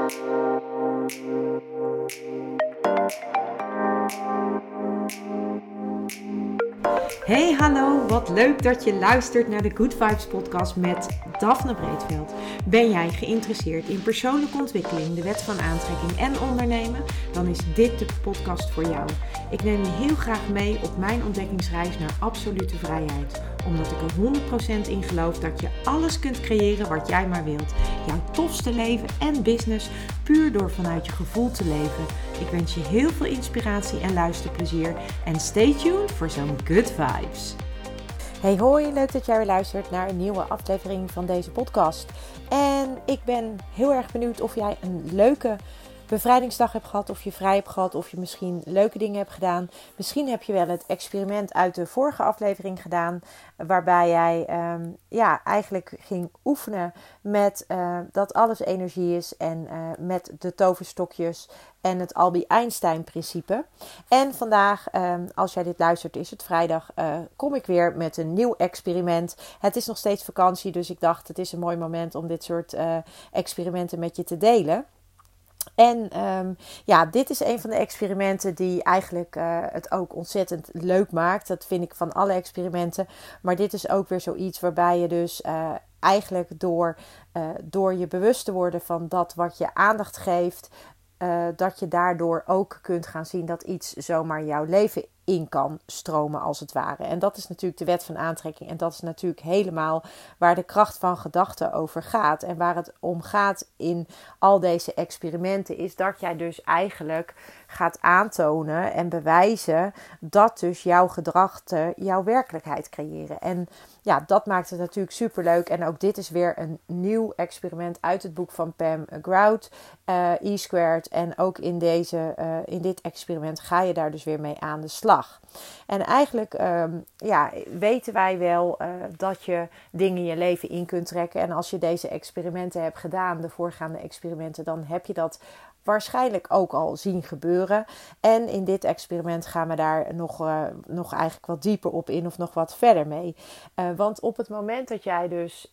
Hey, hallo, wat leuk dat je luistert naar de Good Vibes podcast met Daphne Breedveld. Ben jij geïnteresseerd in persoonlijke ontwikkeling, de wet van aantrekking en ondernemen? Dan is dit de podcast voor jou. Ik neem je heel graag mee op mijn ontdekkingsreis naar absolute vrijheid. Omdat ik er 100% in geloof dat je alles kunt creëren wat jij maar wilt. Jouw tofste leven en business puur door vanuit je gevoel te leven. Ik wens je heel veel inspiratie en luisterplezier. En stay tuned voor zo'n good vibes. Hey hoi, leuk dat jij weer luistert naar een nieuwe aflevering van deze podcast. En ik ben heel erg benieuwd of jij een leuke bevrijdingsdag hebt gehad, of je vrij hebt gehad, of je misschien leuke dingen hebt gedaan. Misschien heb je wel het experiment uit de vorige aflevering gedaan, waarbij jij eigenlijk ging oefenen met dat alles energie is en met de toverstokjes en het Albert Einstein principe. En vandaag, als jij dit luistert, is het vrijdag, kom ik weer met een nieuw experiment. Het is nog steeds vakantie, dus ik dacht het is een mooi moment om dit soort experimenten met je te delen. En dit is een van de experimenten die eigenlijk het ook ontzettend leuk maakt. Dat vind ik van alle experimenten. Maar dit is ook weer zoiets waarbij je dus eigenlijk door je bewust te worden van dat wat je aandacht geeft, dat je daardoor ook kunt gaan zien dat iets zomaar jouw leven in kan stromen als het ware. En dat is natuurlijk de wet van aantrekking. En dat is natuurlijk helemaal waar de kracht van gedachten over gaat. En waar het om gaat in al deze experimenten is dat jij dus eigenlijk gaat aantonen en bewijzen dat dus jouw gedachten jouw werkelijkheid creëren. En ja, dat maakt het natuurlijk superleuk. En ook dit is weer een nieuw experiment uit het boek van Pam Grout, E-Squared. En ook in dit experiment ga je daar dus weer mee aan de slag. En eigenlijk weten wij wel dat je dingen in je leven in kunt trekken. En als je deze experimenten hebt gedaan, de voorgaande experimenten, dan heb je dat waarschijnlijk ook al zien gebeuren. En in dit experiment gaan we daar nog eigenlijk wat dieper op in of nog wat verder mee. Want op het moment dat jij dus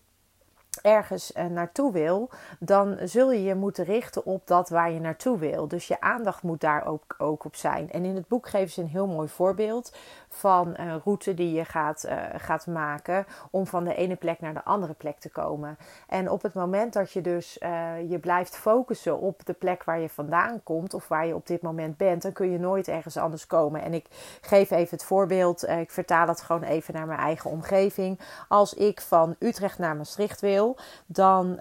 ergens naartoe wil, dan zul je je moeten richten op dat waar je naartoe wil. Dus je aandacht moet daar ook op zijn. En in het boek geven ze een heel mooi voorbeeld van een route die je gaat maken om van de ene plek naar de andere plek te komen. En op het moment dat je dus je blijft focussen op de plek waar je vandaan komt of waar je op dit moment bent, dan kun je nooit ergens anders komen. En ik geef even het voorbeeld, ik vertaal het gewoon even naar mijn eigen omgeving. Als ik van Utrecht naar Maastricht wil, dan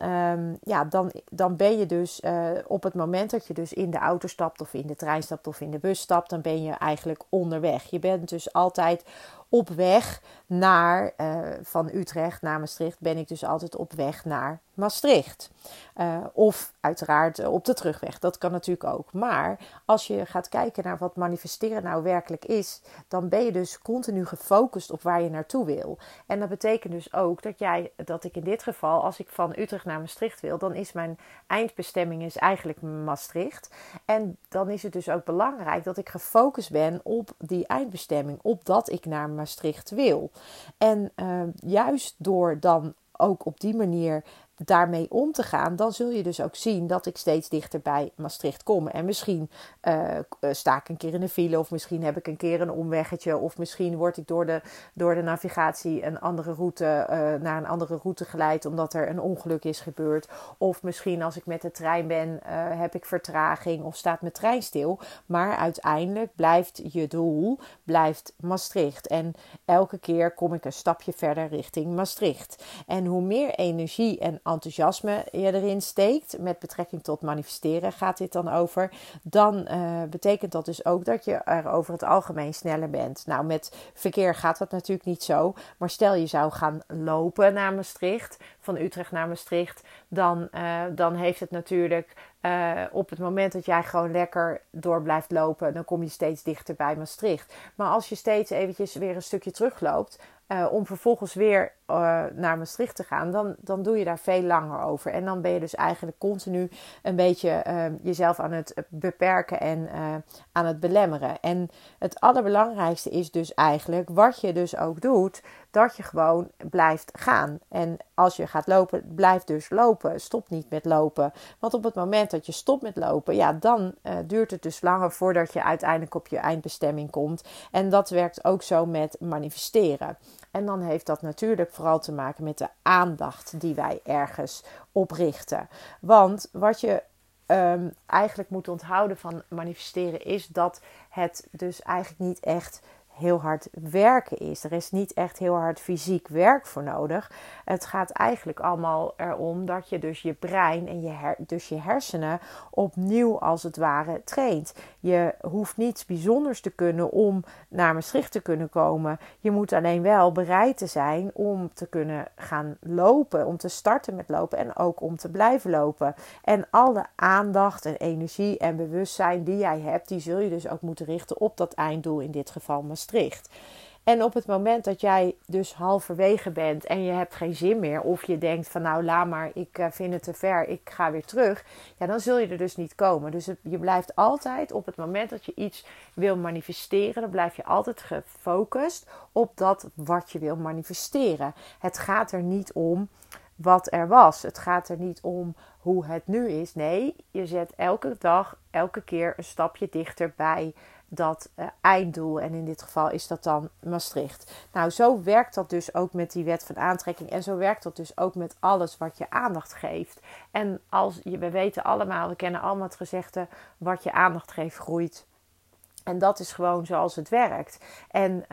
ben je dus op het moment dat je dus in de auto stapt of in de trein stapt of in de bus stapt, dan ben je eigenlijk onderweg. Je bent dus altijd op weg naar, van Utrecht naar Maastricht ben ik dus altijd op weg naar Maastricht. Of uiteraard op de terugweg, dat kan natuurlijk ook. Maar als je gaat kijken naar wat manifesteren nou werkelijk is, dan ben je dus continu gefocust op waar je naartoe wil. En dat betekent dus ook dat ik in dit geval, als ik van Utrecht naar Maastricht wil, dan is mijn eindbestemming is eigenlijk Maastricht. En dan is het dus ook belangrijk dat ik gefocust ben op die eindbestemming, op dat ik naar Maastricht wil. En juist door dan ook op die manier daarmee om te gaan, dan zul je dus ook zien dat ik steeds dichter bij Maastricht kom. En misschien sta ik een keer in de file, of misschien heb ik een keer een omweggetje, of misschien word ik door de navigatie een andere route naar een andere route geleid, omdat er een ongeluk is gebeurd. Of misschien als ik met de trein ben, heb ik vertraging of staat mijn trein stil. Maar uiteindelijk blijft je doel Maastricht. En elke keer kom ik een stapje verder richting Maastricht. En hoe meer energie en enthousiasme je erin steekt, met betrekking tot manifesteren gaat dit dan over, dan betekent dat dus ook dat je er over het algemeen sneller bent. Nou, met verkeer gaat dat natuurlijk niet zo, maar stel je zou gaan lopen naar Maastricht, van Utrecht naar Maastricht, dan heeft het natuurlijk op het moment dat jij gewoon lekker door blijft lopen, dan kom je steeds dichter bij Maastricht. Maar als je steeds eventjes weer een stukje terugloopt, om vervolgens weer naar Maastricht te gaan, dan doe je daar veel langer over. En dan ben je dus eigenlijk continu een beetje jezelf aan het beperken en aan het belemmeren. En het allerbelangrijkste is dus eigenlijk, wat je dus ook doet, dat je gewoon blijft gaan. En als je gaat lopen, blijf dus lopen. Stop niet met lopen. Want op het moment dat je stopt met lopen, ja, dan duurt het dus langer voordat je uiteindelijk op je eindbestemming komt. En dat werkt ook zo met manifesteren. En dan heeft dat natuurlijk vooral te maken met de aandacht die wij ergens op richten. Want wat je eigenlijk moet onthouden van manifesteren is dat het dus eigenlijk niet echt heel hard werken is. Er is niet echt heel hard fysiek werk voor nodig. Het gaat eigenlijk allemaal erom dat je dus je brein en je hersenen opnieuw als het ware traint. Je hoeft niets bijzonders te kunnen om naar Maastricht te kunnen komen. Je moet alleen wel bereid te zijn om te kunnen gaan lopen, om te starten met lopen en ook om te blijven lopen. En alle aandacht en energie en bewustzijn die jij hebt, die zul je dus ook moeten richten op dat einddoel, in dit geval Maastricht. En op het moment dat jij dus halverwege bent en je hebt geen zin meer, of je denkt van nou laat maar, ik vind het te ver, ik ga weer terug, ja, dan zul je er dus niet komen. Dus je blijft altijd op het moment dat je iets wil manifesteren, dan blijf je altijd gefocust op dat wat je wil manifesteren. Het gaat er niet om wat er was. Het gaat er niet om hoe het nu is. Nee, je zet elke dag, elke keer een stapje dichter bij dat einddoel. En in dit geval is dat dan Maastricht. Nou, zo werkt dat dus ook met die wet van aantrekking. En zo werkt dat dus ook met alles wat je aandacht geeft. En we weten allemaal, we kennen allemaal het gezegde, wat je aandacht geeft groeit. En dat is gewoon zoals het werkt. En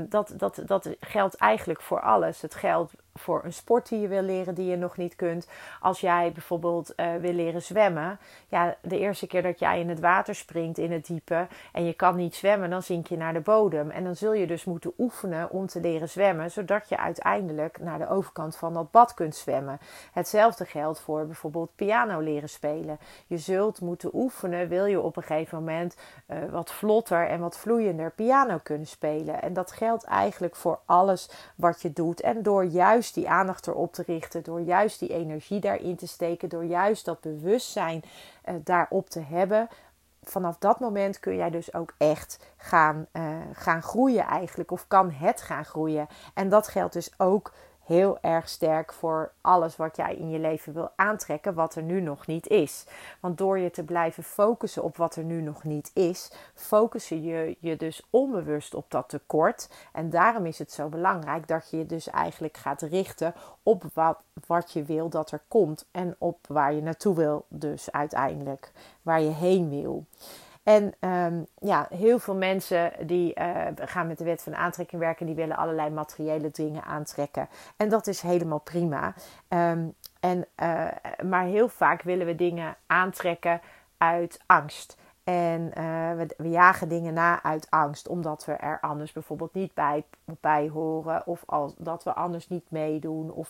dat geldt eigenlijk voor alles. Het geldt voor een sport die je wil leren die je nog niet kunt. Als jij bijvoorbeeld wil leren zwemmen. Ja, de eerste keer dat jij in het water springt, in het diepe, en je kan niet zwemmen, dan zink je naar de bodem. En dan zul je dus moeten oefenen om te leren zwemmen, zodat je uiteindelijk naar de overkant van dat bad kunt zwemmen. Hetzelfde geldt voor bijvoorbeeld piano leren spelen. Je zult moeten oefenen, wil je op een gegeven moment wat vlotter en wat vloeiender piano kunnen spelen. En dat geldt eigenlijk voor alles wat je doet. En door juist die aandacht erop te richten, door juist die energie daarin te steken, door juist dat bewustzijn daarop te hebben, vanaf dat moment kun jij dus ook echt gaan groeien eigenlijk, of kan het gaan groeien. En dat geldt dus ook heel erg sterk voor alles wat jij in je leven wil aantrekken, wat er nu nog niet is. Want door je te blijven focussen op wat er nu nog niet is, focussen je dus onbewust op dat tekort. En daarom is het zo belangrijk dat je je dus eigenlijk gaat richten op wat je wil dat er komt. En op waar je naartoe wil dus uiteindelijk. Waar je heen wil. En heel veel mensen die gaan met de wet van aantrekking werken, die willen allerlei materiële dingen aantrekken. En dat is helemaal prima. Maar heel vaak willen we dingen aantrekken uit angst. En we jagen dingen na uit angst, omdat we er anders bijvoorbeeld niet bij horen, of dat we anders niet meedoen, of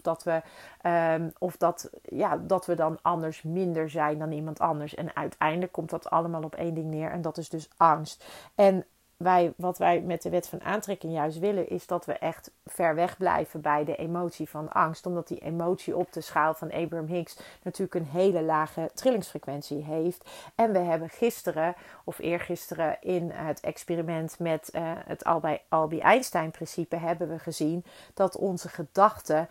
dat we dan anders minder zijn dan iemand anders. En uiteindelijk komt dat allemaal op één ding neer, en dat is dus angst. En wat wij met de wet van aantrekking juist willen, is dat we echt ver weg blijven bij de emotie van angst. Omdat die emotie op de schaal van Abraham Hicks natuurlijk een hele lage trillingsfrequentie heeft. En we hebben gisteren of eergisteren in het experiment met het Albie Einstein principe hebben we gezien dat onze gedachten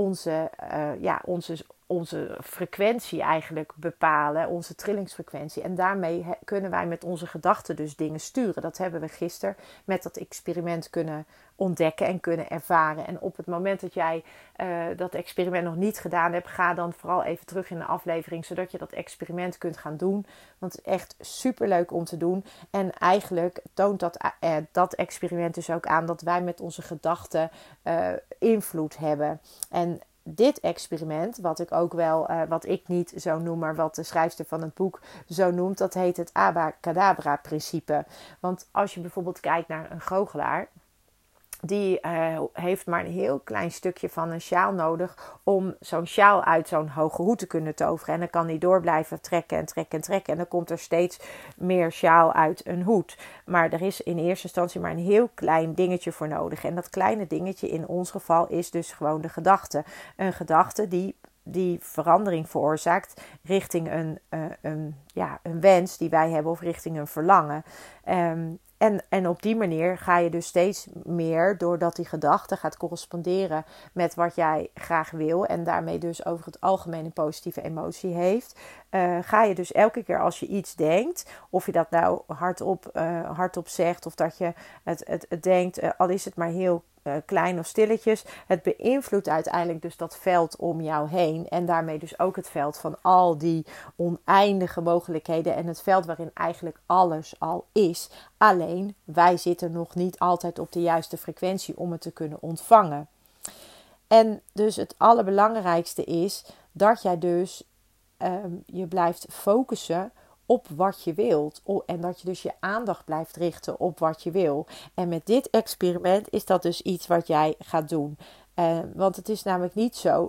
onze frequentie eigenlijk bepalen, onze trillingsfrequentie. En daarmee kunnen wij met onze gedachten dus dingen sturen. Dat hebben we gisteren met dat experiment kunnen ontdekken en kunnen ervaren. En op het moment dat jij dat experiment nog niet gedaan hebt, ga dan vooral even terug in de aflevering, zodat je dat experiment kunt gaan doen. Want het is echt superleuk om te doen. En eigenlijk toont dat experiment dus ook aan dat wij met onze gedachten invloed hebben. En dit experiment, wat ik niet zo noem, maar wat de schrijfster van het boek zo noemt, dat heet het Abacadabra-principe. Want als je bijvoorbeeld kijkt naar een goochelaar, die heeft maar een heel klein stukje van een sjaal nodig om zo'n sjaal uit zo'n hoge hoed te kunnen toveren. En dan kan hij door blijven trekken en trekken en trekken. En dan komt er steeds meer sjaal uit een hoed. Maar er is in eerste instantie maar een heel klein dingetje voor nodig. En dat kleine dingetje in ons geval is dus gewoon de gedachte. Een gedachte die verandering veroorzaakt richting een wens die wij hebben of richting een verlangen. En op die manier ga je dus steeds meer, doordat die gedachte gaat corresponderen met wat jij graag wil en daarmee dus over het algemeen een positieve emotie heeft, ga je dus elke keer als je iets denkt, of je dat nou hardop zegt of dat je het denkt, al is het maar heel klein of stilletjes, het beïnvloedt uiteindelijk dus dat veld om jou heen en daarmee dus ook het veld van al die oneindige mogelijkheden en het veld waarin eigenlijk alles al is. Alleen wij zitten nog niet altijd op de juiste frequentie om het te kunnen ontvangen. En dus het allerbelangrijkste is dat jij dus je blijft focussen op wat je wilt. En dat je dus je aandacht blijft richten op wat je wil. En met dit experiment is dat dus iets wat jij gaat doen. Want het is namelijk niet zo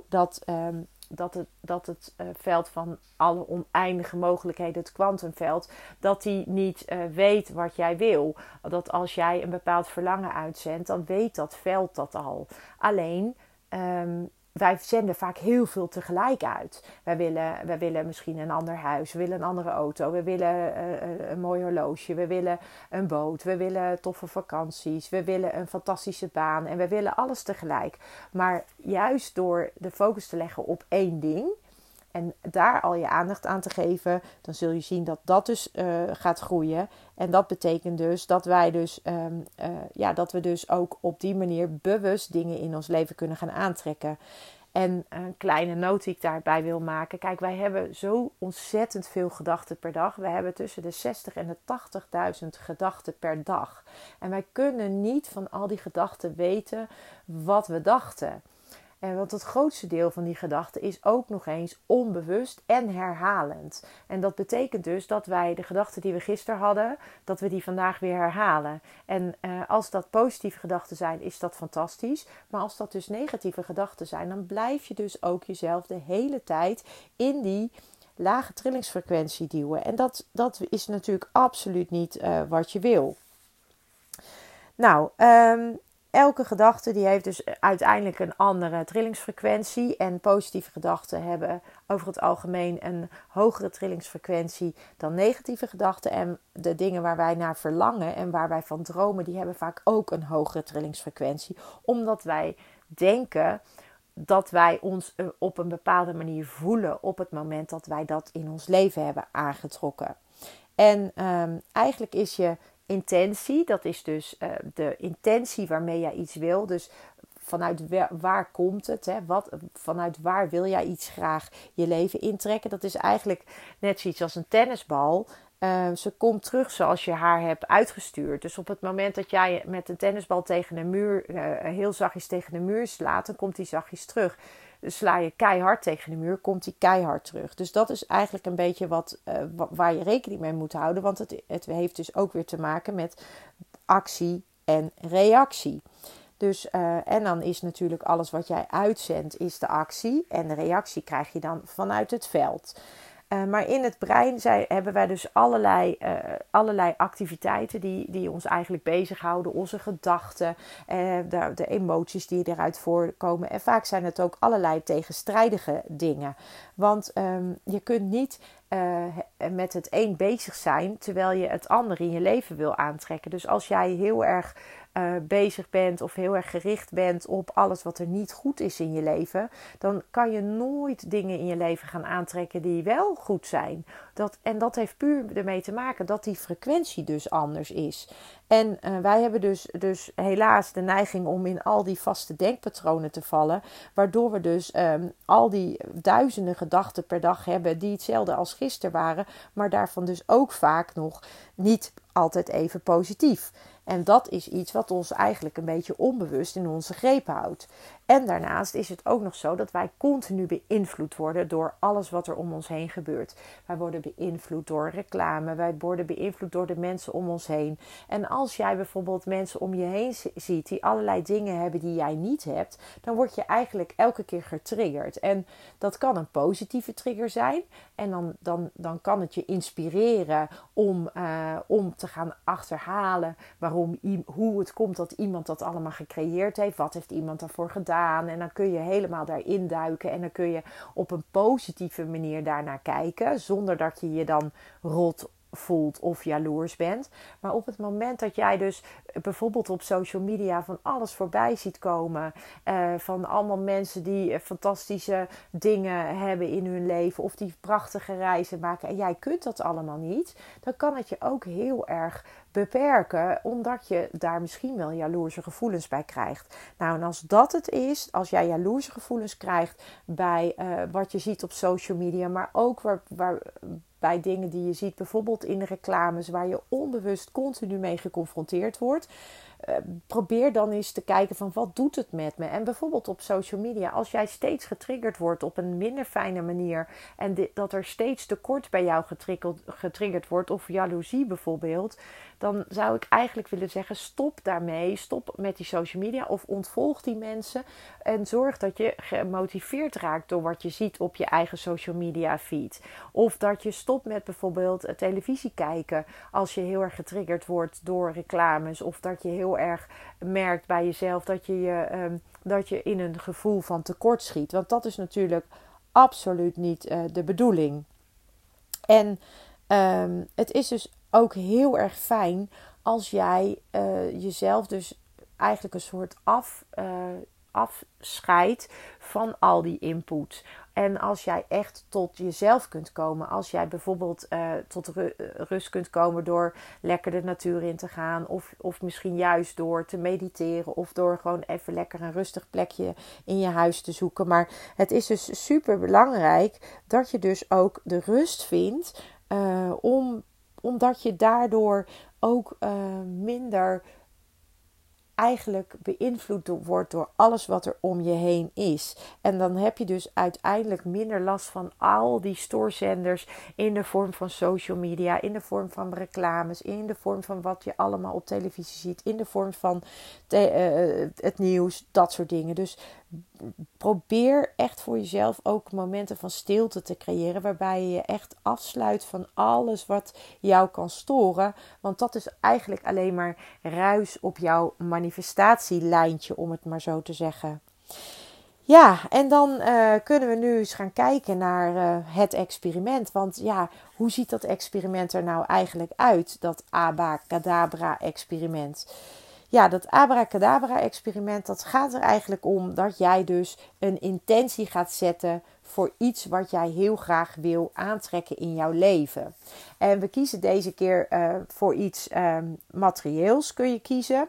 dat het veld van alle oneindige mogelijkheden, het kwantumveld, dat die niet weet wat jij wil. Dat als jij een bepaald verlangen uitzendt, dan weet dat veld dat al. Alleen wij zenden vaak heel veel tegelijk uit. Wij willen misschien een ander huis, we willen een andere auto, we willen een mooi horloge, we willen een boot, we willen toffe vakanties, we willen een fantastische baan en we willen alles tegelijk. Maar juist door de focus te leggen op één ding en daar al je aandacht aan te geven, dan zul je zien dat dat dus gaat groeien. En dat betekent dus dat wij dus, dat we dus ook op die manier bewust dingen in ons leven kunnen gaan aantrekken. En een kleine noot die ik daarbij wil maken. Kijk, wij hebben zo ontzettend veel gedachten per dag. We hebben tussen de 60 en de 80.000 gedachten per dag. En wij kunnen niet van al die gedachten weten wat we dachten. Want het grootste deel van die gedachten is ook nog eens onbewust en herhalend. En dat betekent dus dat wij de gedachten die we gisteren hadden, dat we die vandaag weer herhalen. En als dat positieve gedachten zijn, is dat fantastisch. Maar als dat dus negatieve gedachten zijn, dan blijf je dus ook jezelf de hele tijd in die lage trillingsfrequentie duwen. En dat is natuurlijk absoluut niet wat je wil. Nou, elke gedachte die heeft dus uiteindelijk een andere trillingsfrequentie. En positieve gedachten hebben over het algemeen een hogere trillingsfrequentie dan negatieve gedachten. En de dingen waar wij naar verlangen en waar wij van dromen, die hebben vaak ook een hogere trillingsfrequentie. Omdat wij denken dat wij ons op een bepaalde manier voelen op het moment dat wij dat in ons leven hebben aangetrokken. En eigenlijk is je intentie, dat is dus de intentie waarmee jij iets wil. Dus vanuit waar komt het? Hè? Vanuit waar wil jij iets graag je leven intrekken? Dat is eigenlijk net zoiets als een tennisbal. Ze komt terug zoals je haar hebt uitgestuurd. Dus op het moment dat jij met een tennisbal tegen een muur, heel zachtjes tegen de muur slaat, dan komt die zachtjes terug. Dus sla je keihard tegen de muur, komt die keihard terug. Dus dat is eigenlijk een beetje waar je rekening mee moet houden. Want het heeft dus ook weer te maken met actie en reactie. Dus, en dan is natuurlijk alles wat jij uitzendt, is de actie. En de reactie krijg je dan vanuit het veld. Maar in het brein hebben wij dus allerlei activiteiten die ons eigenlijk bezighouden. Onze gedachten, de emoties die eruit voorkomen. En vaak zijn het ook allerlei tegenstrijdige dingen. Want je kunt niet met het een bezig zijn terwijl je het ander in je leven wil aantrekken. Dus als jij heel erg bezig bent of heel erg gericht bent op alles wat er niet goed is in je leven, dan kan je nooit dingen in je leven gaan aantrekken die wel goed zijn. En dat heeft puur ermee te maken dat die frequentie dus anders is. En wij hebben dus helaas de neiging om in al die vaste denkpatronen te vallen, waardoor we dus al die duizenden gedachten per dag hebben die hetzelfde als gisteren waren, maar daarvan dus ook vaak nog niet altijd even positief. En dat is iets wat ons eigenlijk een beetje onbewust in onze greep houdt. En daarnaast is het ook nog zo dat wij continu beïnvloed worden door alles wat er om ons heen gebeurt. Wij worden beïnvloed door reclame, wij worden beïnvloed door de mensen om ons heen. En als jij bijvoorbeeld mensen om je heen ziet die allerlei dingen hebben die jij niet hebt, dan word je eigenlijk elke keer getriggerd. En dat kan een positieve trigger zijn. En dan kan het je inspireren om te gaan achterhalen hoe het komt dat iemand dat allemaal gecreëerd heeft. Wat heeft iemand daarvoor gedaan? En dan kun je helemaal daarin duiken. En dan kun je op een positieve manier daarnaar kijken. Zonder dat je je dan rot voelt of jaloers bent. Maar op het moment dat jij dus bijvoorbeeld op social media van alles voorbij ziet komen, van allemaal mensen die fantastische dingen hebben in hun leven of die prachtige reizen maken en jij kunt dat allemaal niet, dan kan het je ook heel erg beperken, omdat je daar misschien wel jaloerse gevoelens bij krijgt. Nou, en als dat het is, als jij jaloerse gevoelens krijgt bij wat je ziet op social media, maar ook bij dingen die je ziet, bijvoorbeeld in de reclames, waar je onbewust continu mee geconfronteerd wordt, probeer dan eens te kijken van wat doet het met me. En bijvoorbeeld op social media, als jij steeds getriggerd wordt op een minder fijne manier en dat er steeds tekort bij jou getriggerd wordt, of jaloezie bijvoorbeeld, dan zou ik eigenlijk willen zeggen, stop daarmee. Stop met die social media of ontvolg die mensen en zorg dat je gemotiveerd raakt door wat je ziet op je eigen social media feed. Of dat je stopt met bijvoorbeeld televisie kijken als je heel erg getriggerd wordt door reclames, of dat je heel erg merkt bij jezelf dat je in een gevoel van tekort schiet. Want dat is natuurlijk absoluut niet de bedoeling. En het is dus ook heel erg fijn als jij jezelf dus eigenlijk een soort afscheidt van al die input. En als jij echt tot jezelf kunt komen, als jij bijvoorbeeld tot rust kunt komen door lekker de natuur in te gaan, of misschien juist door te mediteren, of door gewoon even lekker een rustig plekje in je huis te zoeken. Maar het is dus super belangrijk dat je dus ook de rust vindt, omdat je daardoor ook minder eigenlijk beïnvloed wordt door alles wat er om je heen is. En dan heb je dus uiteindelijk minder last van al die stoorzenders in de vorm van social media, in de vorm van reclames, in de vorm van wat je allemaal op televisie ziet, in de vorm van het nieuws, dat soort dingen. Dus probeer echt voor jezelf ook momenten van stilte te creëren, waarbij je je echt afsluit van alles wat jou kan storen. Want dat is eigenlijk alleen maar ruis op jouw manifestatielijntje, om het maar zo te zeggen. Ja, en dan kunnen we nu eens gaan kijken naar het experiment. Want ja, hoe ziet dat experiment er nou eigenlijk uit? Dat Abacadabra-experiment. Ja, dat Abracadabra-experiment, dat gaat er eigenlijk om dat jij dus een intentie gaat zetten voor iets wat jij heel graag wil aantrekken in jouw leven. En we kiezen deze keer voor iets materieels kun je kiezen.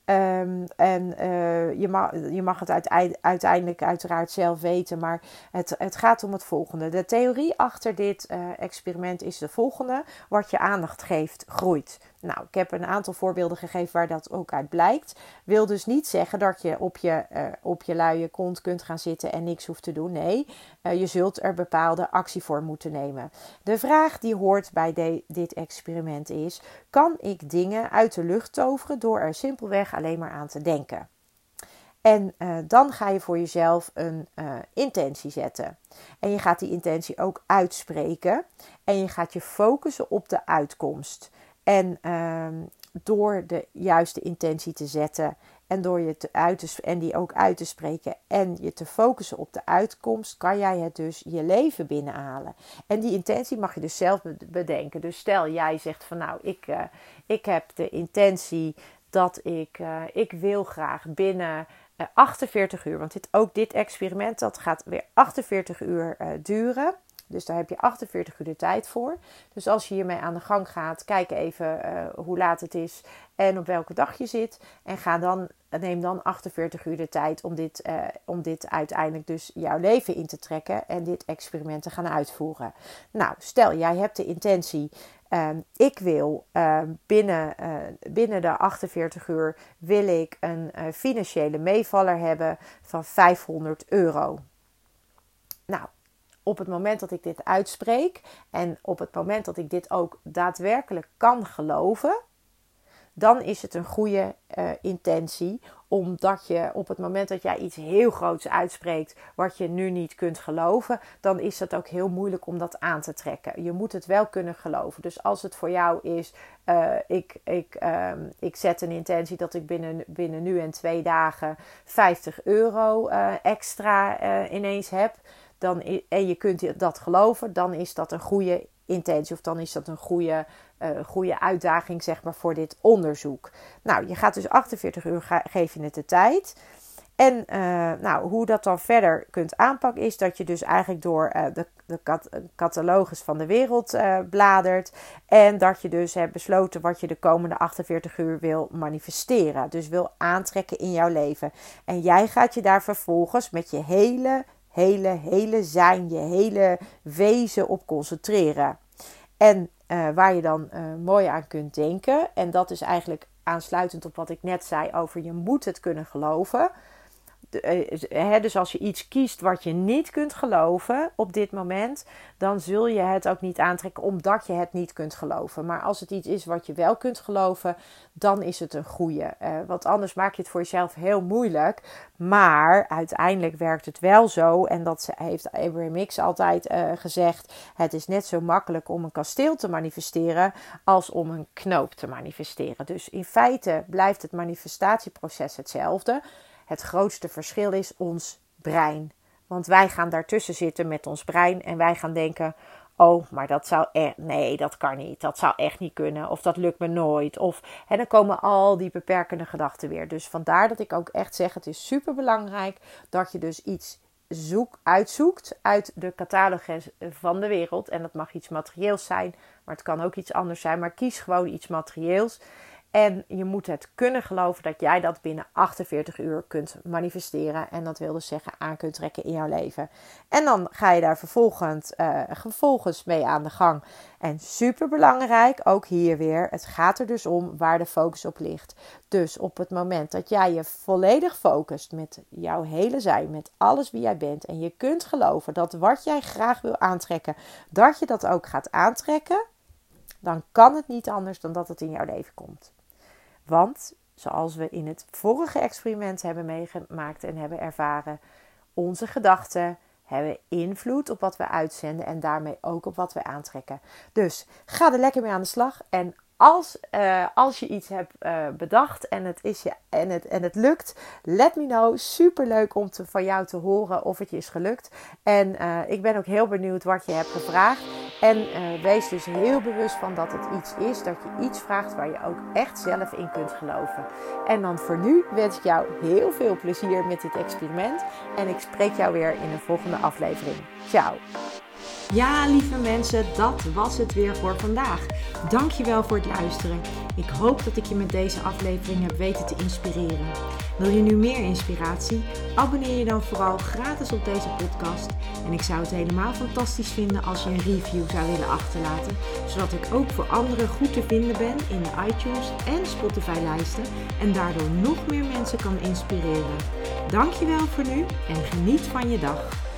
Je mag het uiteindelijk uiteraard zelf weten, maar het gaat om het volgende. De theorie achter dit experiment is de volgende: wat je aandacht geeft, groeit. Nou, ik heb een aantal voorbeelden gegeven waar dat ook uit blijkt. Wil dus niet zeggen dat je op je luie kont kunt gaan zitten en niks hoeft te doen. Nee, je zult er bepaalde actie voor moeten nemen. De vraag die hoort bij dit experiment is: kan ik dingen uit de lucht toveren door er simpelweg alleen maar aan te denken? En dan ga je voor jezelf een intentie zetten. En je gaat die intentie ook uitspreken. En je gaat je focussen op de uitkomst. En door de juiste intentie te zetten en door je die ook uit te spreken en je te focussen op de uitkomst, kan jij het dus je leven binnenhalen. En die intentie mag je dus zelf bedenken. Dus stel jij zegt van nou, ik heb de intentie dat ik wil graag binnen 48 uur, want dit experiment dat gaat weer 48 uur duren. Dus daar heb je 48 uur de tijd voor. Dus als je hiermee aan de gang gaat, kijk even hoe laat het is en op welke dag je zit. En neem dan 48 uur de tijd om dit uiteindelijk dus jouw leven in te trekken en dit experiment te gaan uitvoeren. Nou, stel jij hebt de intentie, ik wil binnen de 48 uur wil ik een financiële meevaller hebben van €500. Nou, op het moment dat ik dit uitspreek en op het moment dat ik dit ook daadwerkelijk kan geloven, dan is het een goede intentie. Omdat je op het moment dat jij iets heel groots uitspreekt wat je nu niet kunt geloven, dan is het ook heel moeilijk om dat aan te trekken. Je moet het wel kunnen geloven. Dus als het voor jou is, ik zet een intentie dat ik binnen nu en 2 dagen €50 extra ineens heb. En je kunt dat geloven, dan is dat een goede intentie of dan is dat een goede uitdaging, zeg maar, voor dit onderzoek. Nou, je gaat dus 48 uur, geef je het de tijd. En hoe dat dan verder kunt aanpakken is dat je dus eigenlijk door de catalogus van de wereld bladert. En dat je dus hebt besloten wat je de komende 48 uur wil manifesteren. Dus wil aantrekken in jouw leven. En jij gaat je daar vervolgens met je hele zijn, je hele wezen op concentreren. En waar je dan mooi aan kunt denken. En dat is eigenlijk aansluitend op wat ik net zei over je moet het kunnen geloven. Dus als je iets kiest wat je niet kunt geloven op dit moment, dan zul je het ook niet aantrekken omdat je het niet kunt geloven. Maar als het iets is wat je wel kunt geloven, dan is het een goede. Want anders maak je het voor jezelf heel moeilijk. Maar uiteindelijk werkt het wel zo. En dat heeft Abraham Hicks altijd gezegd. Het is net zo makkelijk om een kasteel te manifesteren als om een knoop te manifesteren. Dus in feite blijft het manifestatieproces hetzelfde. Het grootste verschil is ons brein. Want wij gaan daartussen zitten met ons brein en wij gaan denken, oh, maar dat zou nee, dat kan niet. Dat zou echt niet kunnen. Of dat lukt me nooit. En dan komen al die beperkende gedachten weer. Dus vandaar dat ik ook echt zeg, het is super belangrijk dat je dus iets uitzoekt uit de catalogus van de wereld. En dat mag iets materieels zijn, maar het kan ook iets anders zijn. Maar kies gewoon iets materieels. En je moet het kunnen geloven dat jij dat binnen 48 uur kunt manifesteren. En dat wil dus zeggen aan kunt trekken in jouw leven. En dan ga je daar vervolgens mee aan de gang. En super belangrijk, ook hier weer, het gaat er dus om waar de focus op ligt. Dus op het moment dat jij je volledig focust met jouw hele zijn, met alles wie jij bent. En je kunt geloven dat wat jij graag wil aantrekken, dat je dat ook gaat aantrekken. Dan kan het niet anders dan dat het in jouw leven komt. Want, zoals we in het vorige experiment hebben meegemaakt en hebben ervaren, onze gedachten hebben invloed op wat we uitzenden en daarmee ook op wat we aantrekken. Dus ga er lekker mee aan de slag. En als je iets hebt bedacht en het lukt, let me know. Superleuk om van jou te horen of het je is gelukt. En ik ben ook heel benieuwd wat je hebt gevraagd. En wees dus heel bewust van dat het iets is, dat je iets vraagt waar je ook echt zelf in kunt geloven. En dan voor nu wens ik jou heel veel plezier met dit experiment. En ik spreek jou weer in een volgende aflevering. Ciao! Ja, lieve mensen, dat was het weer voor vandaag. Dankjewel voor het luisteren. Ik hoop dat ik je met deze aflevering heb weten te inspireren. Wil je nu meer inspiratie? Abonneer je dan vooral gratis op deze podcast. En ik zou het helemaal fantastisch vinden als je een review zou willen achterlaten. Zodat ik ook voor anderen goed te vinden ben in de iTunes en Spotify lijsten. En daardoor nog meer mensen kan inspireren. Dankjewel voor nu en geniet van je dag.